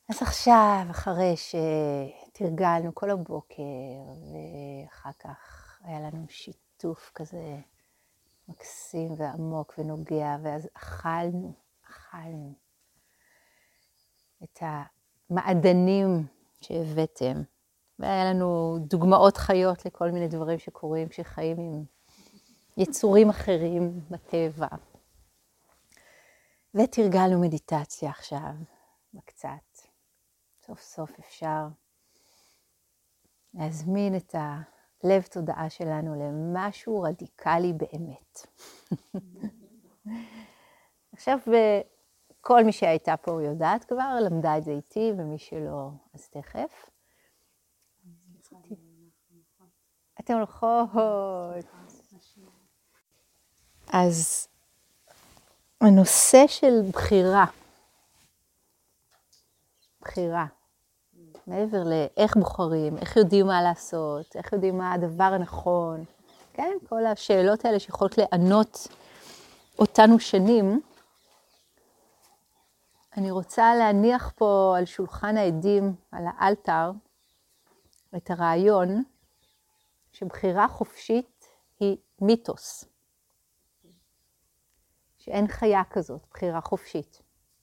אז עכשיו, אחרי שתרגלנו כל הבוקר, ואחר כך היה לנו שיתוף כזה מקסים ועמוק ונוגע, ואז אכלנו את המעדנים שהבאתם, והיה לנו דוגמאות חיות לכל מיני דברים שקורים כשחיים עם יצורים אחרים בטבע. ותרגלנו מדיטציה עכשיו, בקצת. סוף סוף אפשר להזמין את הלב תודעה שלנו למשהו רדיקלי באמת. עכשיו, כל מי שהייתה פה יודעת כבר, למדה את זה איתי, ומי שלא, אז תכף. אתם הולכות. אז הנושא של בחירה, מעבר לאיך בוחרים, איך יודעים מה לעשות, איך יודעים מה הדבר הנכון, כן? כל השאלות האלה שיכולות לענות אותנו שנים. אני רוצה להניח פה על שולחן העדים, על האלתר, את הרעיון שבחירה חופשית היא מיתוס. שאין חיה כזאת, בחירה חופשית.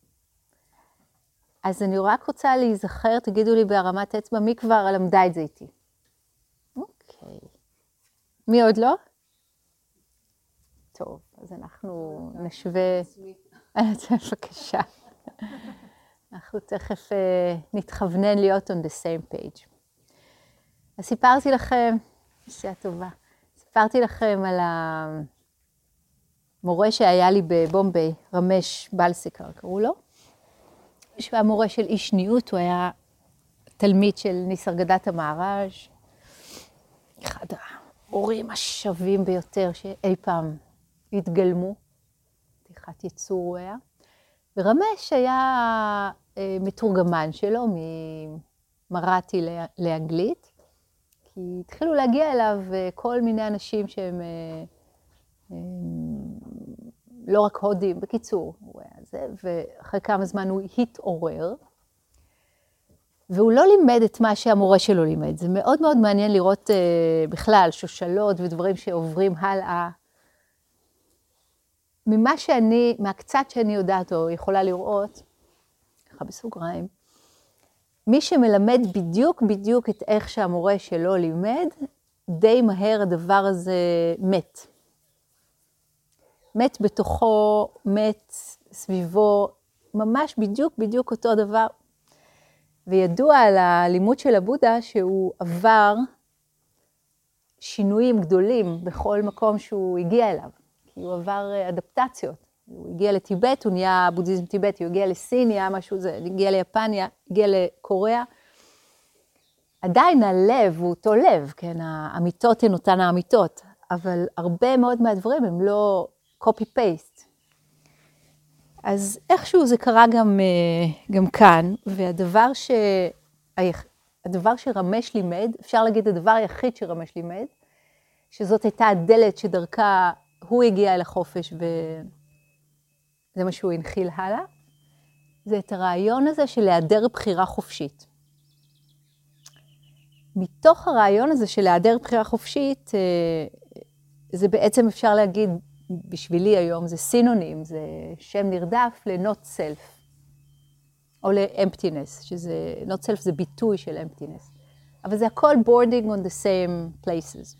אז אני רק רוצה להיזכר, תגידו לי בהרמת אצבע, מי כבר למדה את זה איתי? אוקיי. מי עוד לא? טוב, אז אנחנו נשווה... בבקשה. אנחנו תכף נתכוונן להיות on the same page. אז סיפרתי לכם, נסיעה טובה, סיפרתי לכם על המורה שהיה לי בבומביי, רמש בלסיקר, קראו לו. שהוא היה מורה של איש שניות, הוא היה תלמיד של ניסרגדת המהראז', אחד ההורים השווים ביותר שאי פעם התגלמו, פתיחת יצור הוא היה. ורמש היה מתורגמן שלו ממראטי לאנגלית, כי התחילו להגיע אליו כל מיני אנשים שהם לא רק הודים, בקיצור, הוא היה זה, ואחרי כמה זמן הוא התעורר, והוא לא לימד את מה שהמורה שלו לימד. זה מאוד מאוד מעניין לראות בכלל שושלות ודברים שעוברים הלאה. ממה שאני, מהקצת שאני יודעת או יכולה לראות, ככה בסוגריים, מי שמלמד בדיוק את איך שהמורה שלו לימד, די מהר הדבר הזה מת. מת בתוכו, מת סביבו, ממש בדיוק אותו דבר. וידוע על הלימוד של הבודה שהוא עבר שינויים גדולים בכל מקום שהוא הגיע אליו. כי הוא עבר אדפטציות. הוא הגיע לטיבט, הוא נהיה בודהיזם טיבטי, הוא הגיע לסין, נהיה משהו זה, הגיע ליפן, הגיע לקוריאה. עדיין הלב הוא אותו לב, כן? האמיתות הן אותן האמיתות, אבל הרבה מאוד מהדברים הם לא copy-paste. אז איכשהו זה קרה גם כאן, והדבר שרמש לימד, אפשר להגיד הדבר היחיד שרמש לימד, שזאת הייתה הדלת שדרכה הוא הגיע אל החופש, וזה מה שהוא הנחיל הלאה, זה את הרעיון הזה של להיעדר בחירה חופשית. מתוך הרעיון הזה של להיעדר בחירה חופשית, זה בעצם אפשר להגיד, בשבילי היום זה סינונים, זה שם נרדף ל-not self, או ל-emptiness, שזה, not self זה ביטוי של emptiness, אבל זה הכל boarding on the same places.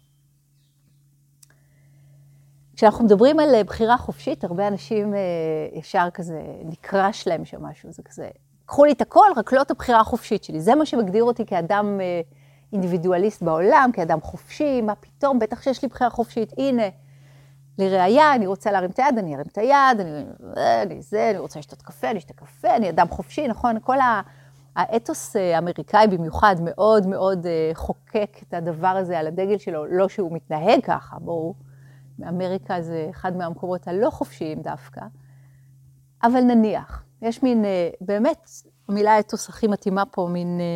כשאנחנו מדברים על בחירה חופשית, הרבה אנשים ישר כזה נקרש להם שם משהו, זה כזה, קחו לי את הכל, רק לא את הבחירה החופשית שלי. זה מה שמגדיר אותי כאדם אינדיבידואליסט בעולם, כאדם חופשי, מה פתאום, בטח שיש לי בחירה חופשית, הנה, לראיה, אני רוצה להרים את היד, אני ארים את היד, אני רוצה לשתות קפה, אני אשתה קפה, אני אדם חופשי, נכון? כל האתוס האמריקאי במיוחד מאוד מאוד חוקק את הדבר הזה על הדגל שלו, לא שהוא מתנהג ככה, בואו, באמריקה זה אחד מהמקומות הלא חופשיים דווקא, אבל נניח, יש מין, באמת, המילה אתוס הכי מתאימה פה,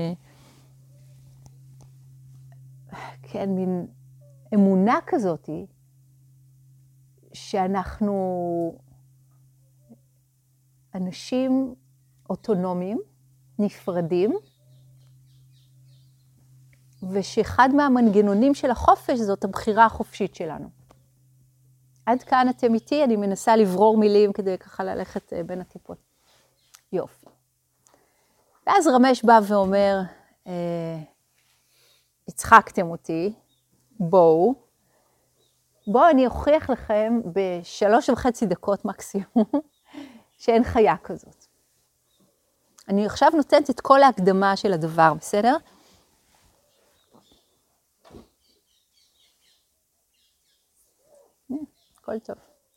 מין אמונה כזאת, שאנחנו אנשים אוטונומיים, נפרדים, ושאחד מהמנגנונים של החופש זאת הבחירה החופשית שלנו. עד כאן אתם איתי, אני מנסה לברור מילים כדי ככה ללכת בין הטיפות. יופי. ואז רמש בא ואומר, הצחקתם אותי, בואו אני אוכיח לכם ב3.5 דקות מקסימום, שאין חיה כזאת. אני עכשיו נותנת את כל ההקדמה של הדבר, בסדר? הכל טוב.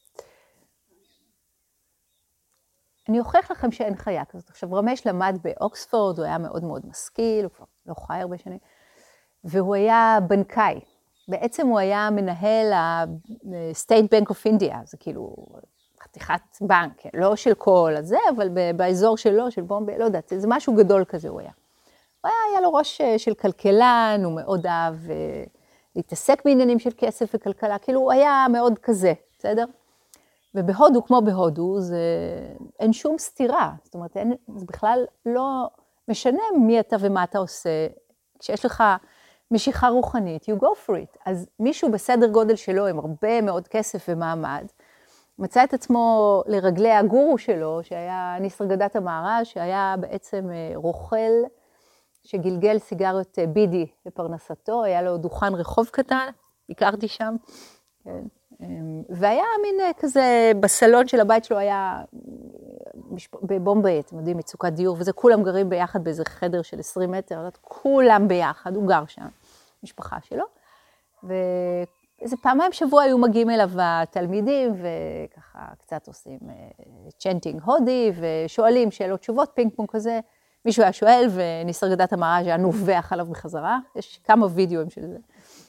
אני אוכיח לכם שאין חיה כזאת. עכשיו, רמש למד באוקספורד, הוא היה מאוד מאוד משכיל, הוא כבר לא חי הרבה שנים, והוא היה בנקאי. בעצם הוא היה מנהל ה-State Bank of India, זה כאילו חתיכת בנק, לא של כל הזה, אבל באזור שלו, של בומבי, לא יודעת, זה משהו גדול כזה הוא היה. היה לו ראש של כלכלן, הוא מאוד אהב להתעסק בעניינים של כסף וכלכלה, כאילו הוא היה מאוד כזה, בסדר? ובהודו, כמו בהודו, אין שום סתירה, זאת אומרת, זה בכלל לא משנה מי אתה ומה אתה עושה, כשיש לך משיכה רוחנית, you go for it. אז מישהו בסדר גודל שלו, עם הרבה מאוד כסף ומעמד, מצא את עצמו לרגלי הגורו שלו, שהיה ניסרגדת המהר"ז, שהיה בעצם רוכל שגלגל סיגריות בידי לפרנסתו, היה לו דוכן רחוב קטן, הכרתי שם, כן. והיה מין כזה, בסלון של הבית שלו היה בבומביי, אתם יודעים, מצוקת דיור, וזה כולם גרים ביחד באיזה חדר של 20 מטר, כולם ביחד, הוא גר שם, משפחה שלו, ואיזה פעמיים שבוע היו מגיעים אליו התלמידים, וככה קצת עושים צ'נטינג הודי, ושואלים שאלות תשובות, פינג פונג כזה, מישהו היה שואל, וניסרגדת המהר"ז היה נובח עליו בחזרה, יש כמה וידאוים של זה.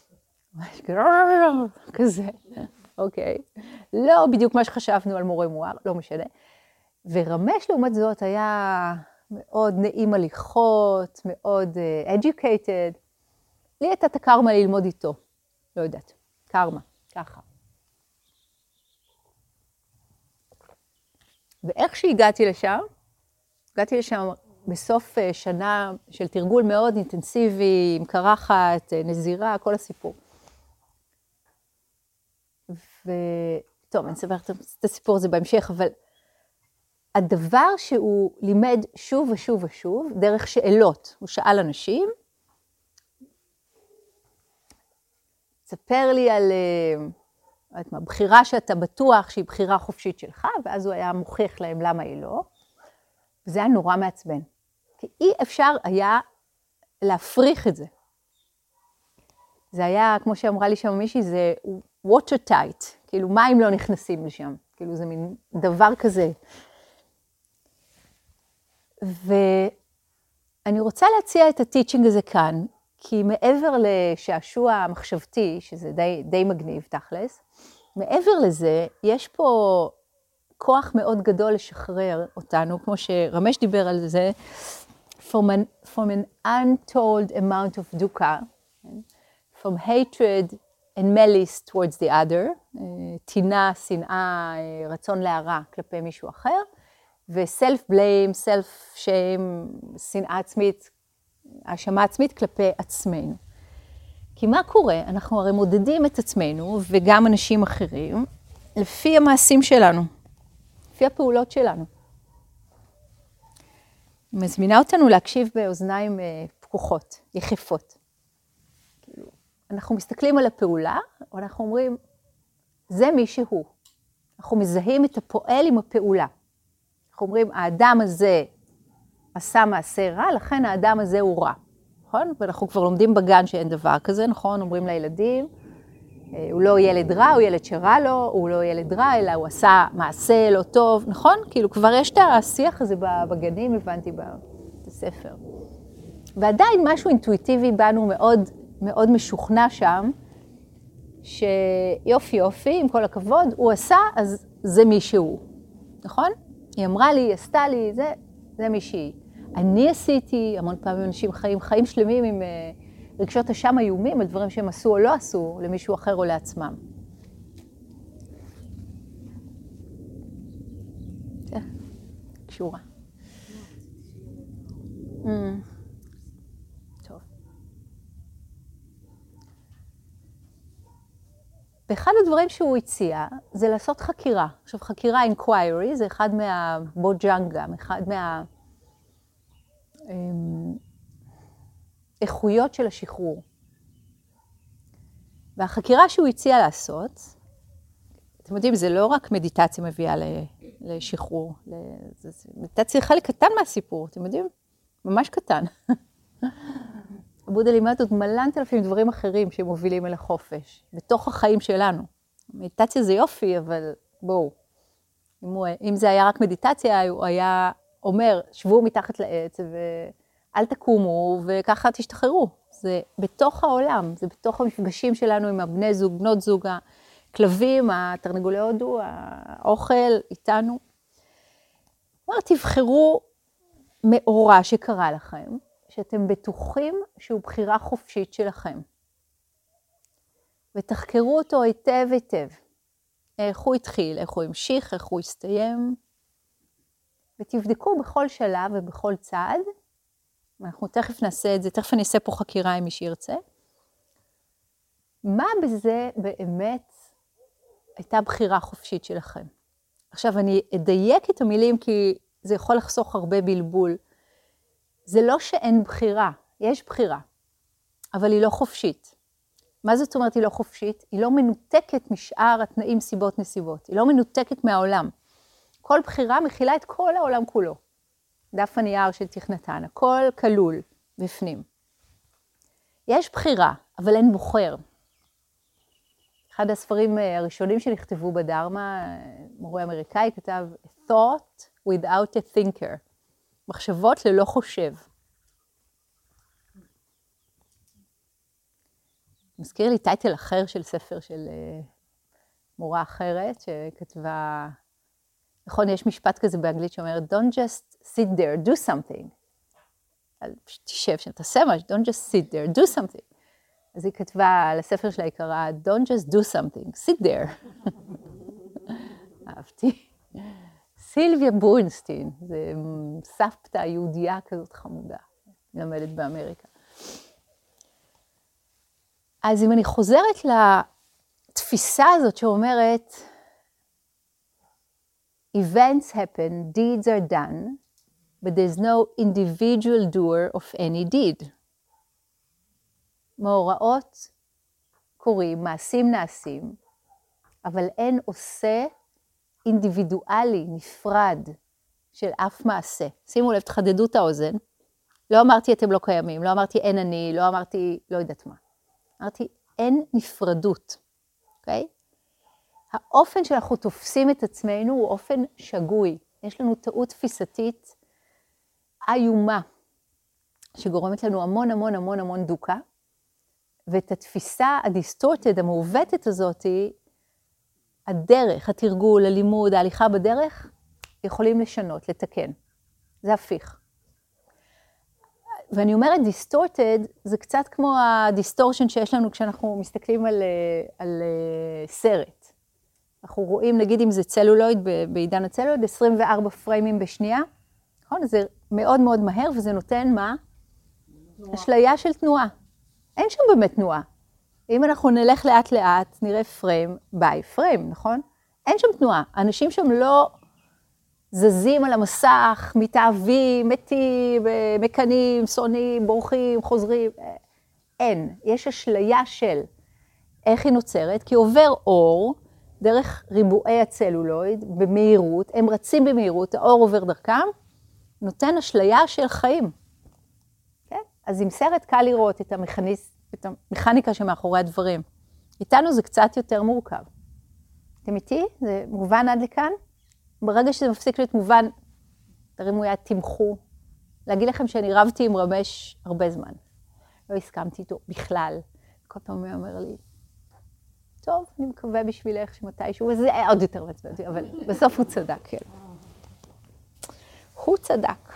כזה, אוקיי. לא בדיוק מה שחשבנו על מורה מואר, לא משנה. ורמש לעומת זאת היה מאוד נעים הליכות, מאוד educated. לי הייתה את הקרמה ללמוד איתו, לא יודעת, קרמה, ככה. ואיך שהגעתי לשם בסוף שנה של תרגול מאוד אינטנסיבי, עם קרחת, נזירה, כל הסיפור. וטוב, אני אספר את הסיפור הזה בהמשך, אבל הדבר שהוא לימד שוב ושוב ושוב, דרך שאלות, הוא שאל אנשים, תספר לי על בחירה שאתה בטוח שהיא בחירה חופשית שלך, ואז הוא היה מוכיח להם למה היא לא, וזה היה נורא מעצבן. כי אי אפשר היה להפריך את זה. זה היה, כמו שאמרה לי שם מישהי, זה water tight, כאילו מים לא נכנסים לשם, כאילו זה מין דבר כזה. ואני רוצה להציע את הטיצ'ינג הזה כאן, כי מעבר לשעשוע מחשבתי, שזה די מגניב תכלס, מעבר לזה, יש פה כוח מאוד גדול לשחרר אותנו, כמו שרמש דיבר על זה, from an untold amount of dukkha, from hatred and malice towards the other, טינה, שנאה, רצון להרע כלפי מישהו אחר, ו-self-blame, self-shame, שנאה עצמית, האשמה עצמית כלפי עצמנו. כי מה קורה? אנחנו הרי מודדים את עצמנו, וגם אנשים אחרים, לפי המעשים שלנו, לפי הפעולות שלנו. מזמינה אותנו להקשיב באוזניים פקוחות, יחפות. כאילו, אנחנו מסתכלים על הפעולה, ואנחנו אומרים, זה מי שהוא. אנחנו מזהים את הפועל עם הפעולה. אנחנו אומרים, האדם הזה עשה מעשה רע, לכן האדם הזה הוא רע. נכון? ואנחנו כבר לומדים בגן שאין דבר כזה, נכון? אומרים לילדים, הוא לא ילד רע, הוא ילד שרע לו, הוא לא ילד רע, אלא הוא עשה מעשה לא טוב, נכון? כאילו כבר יש את השיח הזה בגנים, הבנתי בספר. ועדיין משהו אינטואיטיבי בנו מאוד מאוד משוכנע שם, שיופי יופי, עם כל הכבוד, הוא עשה, אז זה מי שהוא. נכון? היא אמרה לי, היא עשתה לי, זה מי שהיא. אני עשיתי, המון פעמים אנשים חיים שלמים עם רגשות אשם איומים, על דברים שהם עשו או לא עשו, למישהו אחר או לעצמם. קשורה. טוב. ואחד הדברים שהוא הציע זה לעשות חקירה. עכשיו, חקירה inquiry זה אחד מהבוג'אנגה, אחד איכויות של השחרור. והחקירה שהוא הציע לעשות, אתם יודעים, זה לא רק מדיטציה מביאה לשחרור. מדיטציה זה חלק קטן מהסיפור, אתם יודעים? ממש קטן. הבודה לימד עוד מלנת אלפים דברים אחרים שמובילים אל החופש, בתוך החיים שלנו. מדיטציה זה יופי, אבל בואו. אם זה היה רק מדיטציה, הוא היה אומר, שבו מתחת לעץ ואל תקומו וככה תשתחררו. זה בתוך העולם, זה בתוך המפגשים שלנו עם הבני זוג, בנות זוג, הכלבים, התרנגולי הודו, האוכל איתנו. כלומר, תבחרו מאורע שקרה לכם, שאתם בטוחים שהוא בחירה חופשית שלכם. ותחקרו אותו היטב היטב. איך הוא התחיל, איך הוא המשיך, איך הוא הסתיים. ותבדקו בכל שלב ובכל צעד. אנחנו תכף נעשה את זה, תכף אני אעשה פה חקירה עם מי שירצה. מה בזה באמת הייתה בחירה חופשית שלכם? עכשיו אני אדייק את המילים כי זה יכול לחסוך הרבה בלבול. זה לא שאין בחירה, יש בחירה, אבל היא לא חופשית. מה זאת אומרת היא לא חופשית? היא לא מנותקת משאר התנאים, סיבות, נסיבות. היא לא מנותקת מהעולם. כל בחירה מכילה את כל העולם כולו. דף הנייר של תכנתן, הכל כלול בפנים. יש בחירה, אבל אין בוחר. אחד הספרים הראשונים שנכתבו בדרמה, מורה אמריקאי כתב, thought without a thinker. מחשבות ללא חושב. מזכיר לי טייטל אחר של ספר של מורה אחרת, שכתבה, נכון, יש משפט כזה באנגלית שאומר, don't just sit there, do something. תשב, תעשה משהו, don't just sit there, do something. אז היא כתבה לספר שלה, היא קראה, don't just do something, sit there. אהבתי. סילביה בורנסטין, זה סבתא יהודייה כזאת חמודה, למדת באמריקה. אז אם אני חוזרת לתפיסה הזאת שאומרת, events happen, deeds are done, but there's no individual doer of any deed. מאורעות קורים, מעשים נעשים, אבל אין עושה אינדיבידואלי, נפרד, של אף מעשה. שימו לב, תחדדו את האוזן. לא אמרתי אתם לא קיימים, לא אמרתי אין אני, לא אמרתי לא יודעת מה. אמרתי אין נפרדות, אוקיי? האופן שאנחנו תופסים את עצמנו הוא אופן שגוי. יש לנו טעות תפיסתית איומה, שגורמת לנו המון המון המון המון דוקה, ואת התפיסה הדיסטורטד, המעוותת הזאת, הדרך, התרגול, הלימוד, ההליכה בדרך, יכולים לשנות, לתקן. זה הפיך. ואני אומרת דיסטורטד, זה קצת כמו הדיסטורשן שיש לנו כשאנחנו מסתכלים על סרט. אנחנו רואים, נגיד אם זה צלולויד, בעידן הצלולויד, 24 פריימים בשנייה. נכון? זה מאוד מאוד מהר, וזה נותן מה? אשליה של תנועה. אין שם באמת תנועה. אם אנחנו נלך לאט לאט, נראה פריים, ביי פריים, נכון? אין שם תנועה. אנשים שם לא זזים על המסך, מתאהבים, מתים, מקנים, שונאים, בורחים, חוזרים. אין. יש אשליה של איך היא נוצרת, כי עובר אור דרך ריבועי הצלולויד במהירות, הם רצים במהירות, האור עובר דרכם, נותן אשליה של חיים. כן? אז עם סרט קל לראות את המכניקה שמאחורי הדברים. איתנו זה קצת יותר מורכב. אתם איתי? זה מובן עד לכאן? ברגע שזה מפסיק להיות מובן, תרימו יד, תמכו. להגיד לכם שאני רבתי עם רמש הרבה זמן. לא הסכמתי איתו בכלל. כל פעם הוא אומר לי, טוב, אני מקווה בשבילך שמתישהו, וזה היה עוד יותר מעצבן אותי, אבל בסוף הוא צדק, כן. הוא צדק.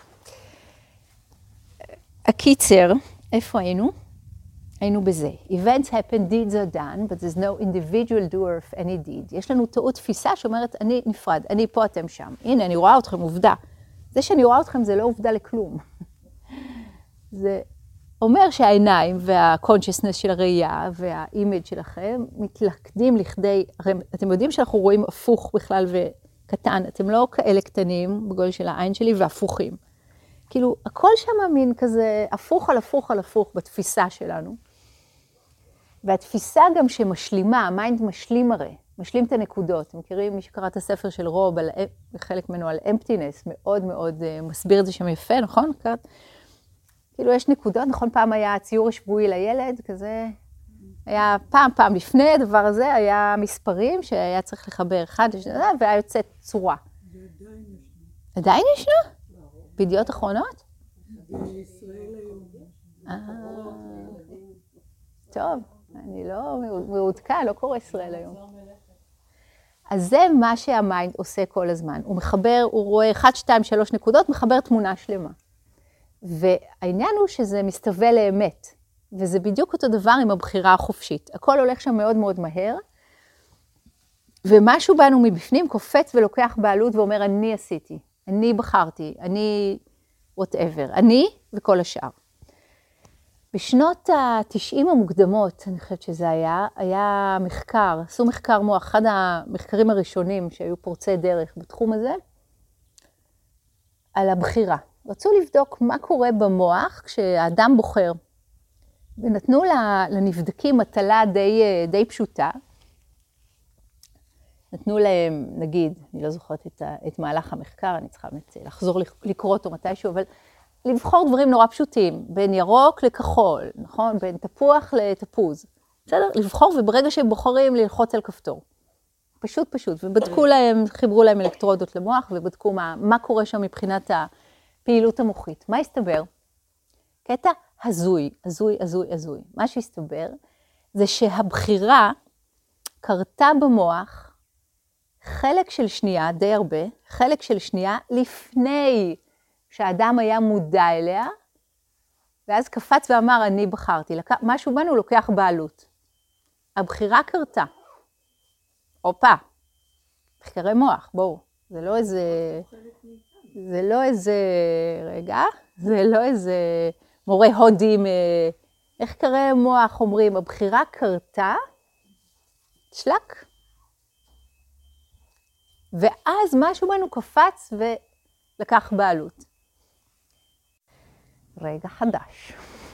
הקיצר, איפה היינו? היינו בזה. Events happen, deeds are done, but there's no individual doer of any deed. יש לנו טעות תפיסה שאומרת, אני נפרד, אני פה, אתם שם. הנה, אני רואה אתכם, עובדה. זה שאני רואה אתכם זה לא עובדה לכלום. זה אומר שהעיניים וה-consciousness של הראייה וה-image שלכם מתלכדים לכדי, הרי אתם יודעים שאנחנו רואים הפוך בכלל וקטן, אתם לא כאלה קטנים בגודל של העין שלי והפוכים. כאילו, הכל שם מין כזה הפוך על הפוך על הפוך בתפיסה שלנו. והתפיסה גם שמשלימה, המיינד משלים הרי, משלים את הנקודות. אתם מכירים מי שקרא את הספר של רוב, חלק ממנו על emptiness, מאוד מאוד מסביר את זה שם יפה, נכון? כאילו יש נקודות, נכון? פעם היה ציור השבועי לילד, כזה, היה פעם לפני הדבר הזה, היה מספרים שהיה צריך לחבר אחד, והיה יוצאת צורה. עדיין ישנה? בידיעות אחרונות? בישראל היום. טוב, אני לא מעודכן, לא קורא ישראל היום. אז זה מה שהמיינד עושה כל הזמן. הוא מחבר, הוא רואה 1, 2, 3 נקודות, מחבר תמונה שלמה. והעניין הוא שזה מסתווה לאמת, וזה בדיוק אותו דבר עם הבחירה החופשית. הכל הולך שם מאוד מאוד מהר, ומשהו בנו מבפנים קופץ ולוקח בעלות ואומר, אני עשיתי, אני בחרתי, אני whatever, אני וכל השאר. בשנות ה-90 המוקדמות, אני חושבת שזה היה מחקר, עשו מחקר מוח, אחד המחקרים הראשונים שהיו פורצי דרך בתחום הזה, על הבחירה. רצו לבדוק מה קורה במוח כשהאדם בוחר. ונתנו לנבדקים מטלה די פשוטה. נתנו להם, נגיד, אני לא זוכרת את מהלך המחקר, אני צריכה באמת לחזור לקרוא אותו מתישהו, אבל לבחור דברים נורא פשוטים, בין ירוק לכחול, נכון? בין תפוח לתפוז. בסדר? לבחור, וברגע שהם בוחרים ללחוץ על כפתור. פשוט. ובדקו להם, חיברו להם אלקטרודות למוח, ובדקו מה קורה שם מבחינת הפעילות המוחית. מה הסתבר? קטע הזוי. מה שהסתבר זה שהבחירה קרתה במוח חלק של שנייה, די הרבה, חלק של שנייה לפני שהאדם היה מודע אליה, ואז קפץ ואמר, אני בחרתי. משהו בנו לוקח בעלות. הבחירה קרתה. אופה, מחקרי מוח, בואו. זה לא איזה מורה הודים, איך קרא מוח אומרים, הבחירה קרתה, שלק. ואז משהו בנו קפץ ולקח בעלות. רגע חדש.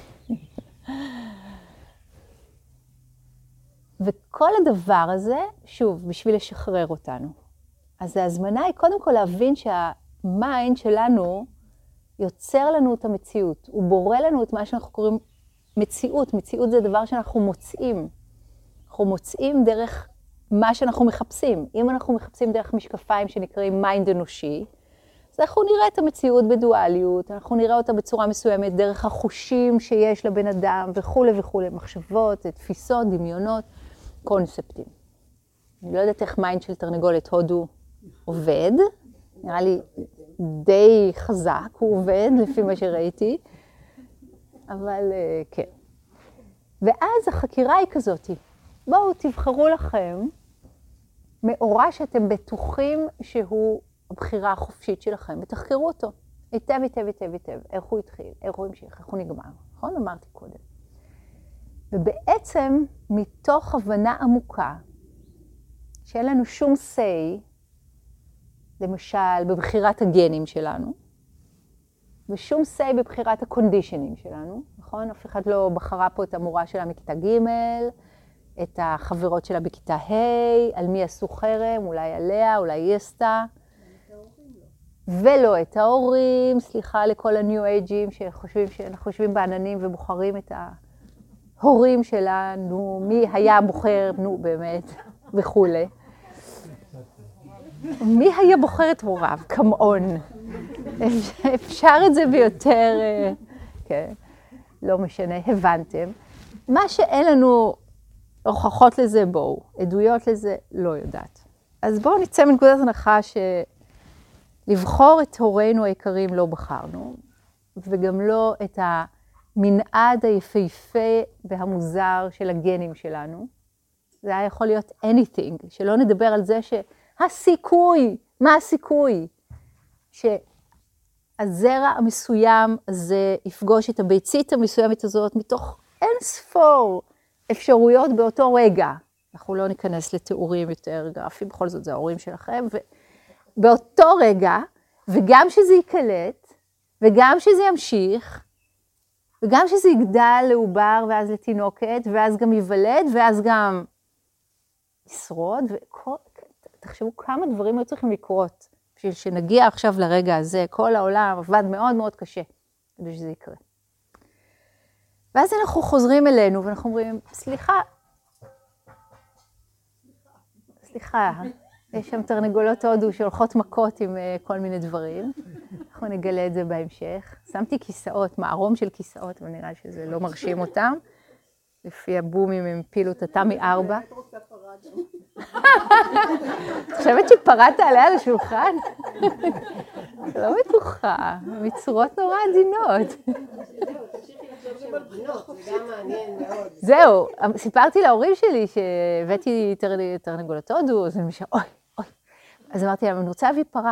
וכל הדבר הזה, שוב, בשביל לשחרר אותנו. אז ההזמנה היא קודם כל להבין שהמיינד שלנו יוצר לנו את המציאות. הוא בורא לנו את מה שאנחנו קוראים מציאות. מציאות זה דבר שאנחנו מוצאים. אנחנו מוצאים דרך מה שאנחנו מחפשים. אם אנחנו מחפשים דרך משקפיים שנקראים מיינד אנושי, אז אנחנו נראה את המציאות בדואליות, אנחנו נראה אותה בצורה מסוימת דרך החושים שיש לבן אדם וכו', מחשבות, תפיסות, דמיונות, קונספטים. אני לא יודעת איך מיינד של תרנגולת הודו עובד, נראה לי די חזק הוא עובד לפי מה שראיתי, אבל כן. ואז החקירה היא כזאת, בואו תבחרו לכם מאורע שאתם בטוחים שהוא הבחירה החופשית שלכם, ותחקרו אותו היטב, איך הוא התחיל, איך הוא המשיך, איך הוא נגמר, נכון? אמרתי קודם. ובעצם מתוך הבנה עמוקה, שאין לנו שום say, למשל בבחירת הגנים שלנו, ושום say בבחירת הקונדישנים שלנו, נכון? אף אחד לא בחרה פה את המורה שלה מכיתה ג', את החברות שלה בכיתה ה', על מי עשו חרם, אולי עליה, אולי היא עשתה. ולא את ההורים, סליחה לכל הניו אייג'ים שחושבים שאנחנו חושבים בעננים ובוחרים את ההורים שלנו, מי היה בוחר, נו באמת, וכו'. מי היה בוחר את הוריו? כמעון. אפשר את זה ביותר, כן, לא משנה, הבנתם. מה שאין לנו הוכחות לזה, בואו, עדויות לזה, לא יודעת. אז בואו נצא מנקודת הנחה לבחור את הורינו היקרים לא בחרנו, וגם לא את המנעד היפהפה והמוזר של הגנים שלנו. זה היה יכול להיות anything, שלא נדבר על זה שהסיכוי, מה הסיכוי? הזרע המסוים הזה יפגוש את הביצית המסוימת הזאת מתוך אין ספור אפשרויות באותו רגע. אנחנו לא ניכנס לתיאורים יותר גרפיים, בכל זאת זה ההורים שלכם, ובאותו רגע, וגם שזה ייקלט, וגם שזה ימשיך, וגם שזה יגדל לעובר ואז לתינוקת, ואז גם ייוולד, ואז גם ישרוד, תחשבו כמה דברים היו צריכים לקרות, בשביל שנגיע עכשיו לרגע הזה, כל העולם עבד מאוד מאוד קשה, כדי שזה יקרה. ואז אנחנו חוזרים אלינו, ואנחנו אומרים, סליחה, יש שם תרנגולות הודו שהולכות מכות עם כל מיני דברים. אנחנו נגלה את זה בהמשך. שמתי כיסאות, מערום של כיסאות, אבל נראה שזה לא מרשים אותם. לפי הבומים הם פילו את התמי 4. חושבת שפרה תעלה על השולחן? לא בטוחה, מצורות נורא עדינות. זהו, סיפרתי להורים שלי שהבאתי תרנגולות הודו, אז הם משהו, אוי. אז אמרתי להם, אני רוצה להביא פרה.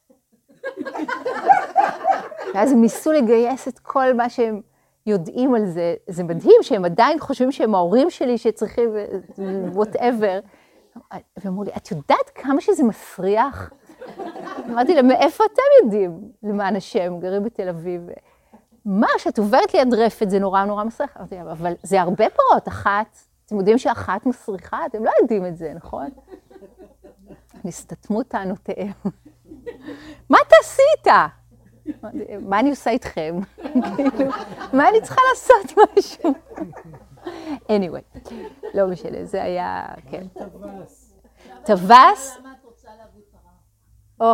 ואז הם ניסו לגייס את כל מה שהם יודעים על זה. זה מדהים שהם עדיין חושבים שהם ההורים שלי שצריכים, whatever. ואמרו לי, את יודעת כמה שזה מסריח? אמרתי להם, מאיפה אתם יודעים? למען השם, גרים בתל אביב. מה, שאת עוברת ליד רפת, זה נורא נורא מסריח. אמרתי להם, אבל זה הרבה פרות, אחת. אתם יודעים שאחת מסריחה? אתם לא יודעים את זה, נכון? נסתתמו טענותיהם. מה תעשי איתה? מה אני עושה איתכם? מה אני צריכה לעשות משהו? anyway, לא משנה, זה היה, כן. טווס? למה את רוצה להביא פרה?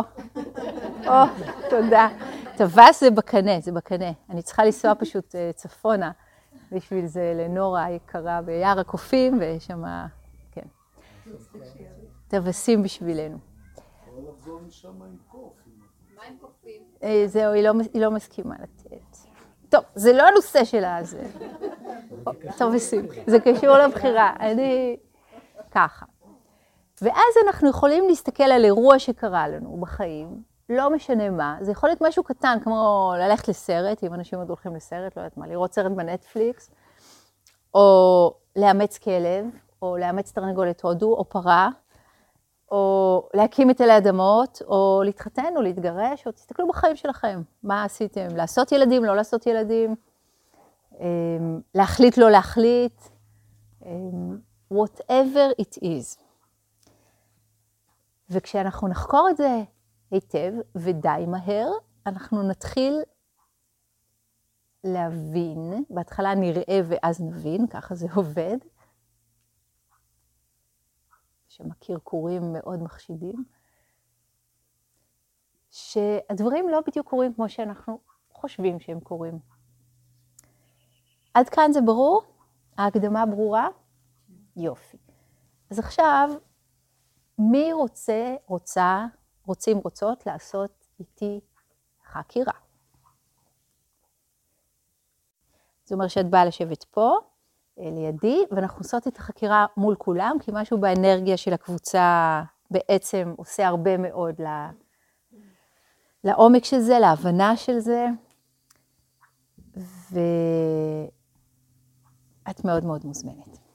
תודה. טווס זה בקנה, זה בקנה. אני צריכה לנסוע פשוט צפונה, בשביל זה לנורה היקרה ביער הקופים, ויש שם, כן. טווסים בשבילנו. בוא לחזור משם עם קוף. מה עם קופים? זהו, היא לא מסכימה לתת. טוב, זה לא הנושא שלה, זה טווסים. זה קשור לבחירה. אני ככה. ואז אנחנו יכולים להסתכל על אירוע שקרה לנו בחיים, לא משנה מה, זה יכול להיות משהו קטן, כמו ללכת לסרט, אם אנשים עוד הולכים לסרט, לא יודעת מה, לראות סרט בנטפליקס, או לאמץ כלב, או לאמץ תרנגולת הודו, או פרה, או להקים את אלי אדמות, או להתחתן, או להתגרש, או תסתכלו בחיים שלכם. מה עשיתם? לעשות ילדים, לא לעשות ילדים, להחליט, לא להחליט, whatever it is. וכשאנחנו נחקור את זה היטב ודי מהר, אנחנו נתחיל להבין, בהתחלה נראה ואז נבין, ככה זה עובד, שמכיר קוראים מאוד מחשידים, שהדברים לא בדיוק קורים כמו שאנחנו חושבים שהם קורים. עד כאן זה ברור? ההקדמה ברורה? יופי. אז עכשיו, מי רוצות לעשות איתי חקירה? זאת אומרת שאת באה לשבת פה, לידי, ואנחנו עושות את החקירה מול כולם, כי משהו באנרגיה של הקבוצה בעצם עושה הרבה מאוד לעומק של זה, להבנה של זה, ואת מאוד מאוד מוזמנת.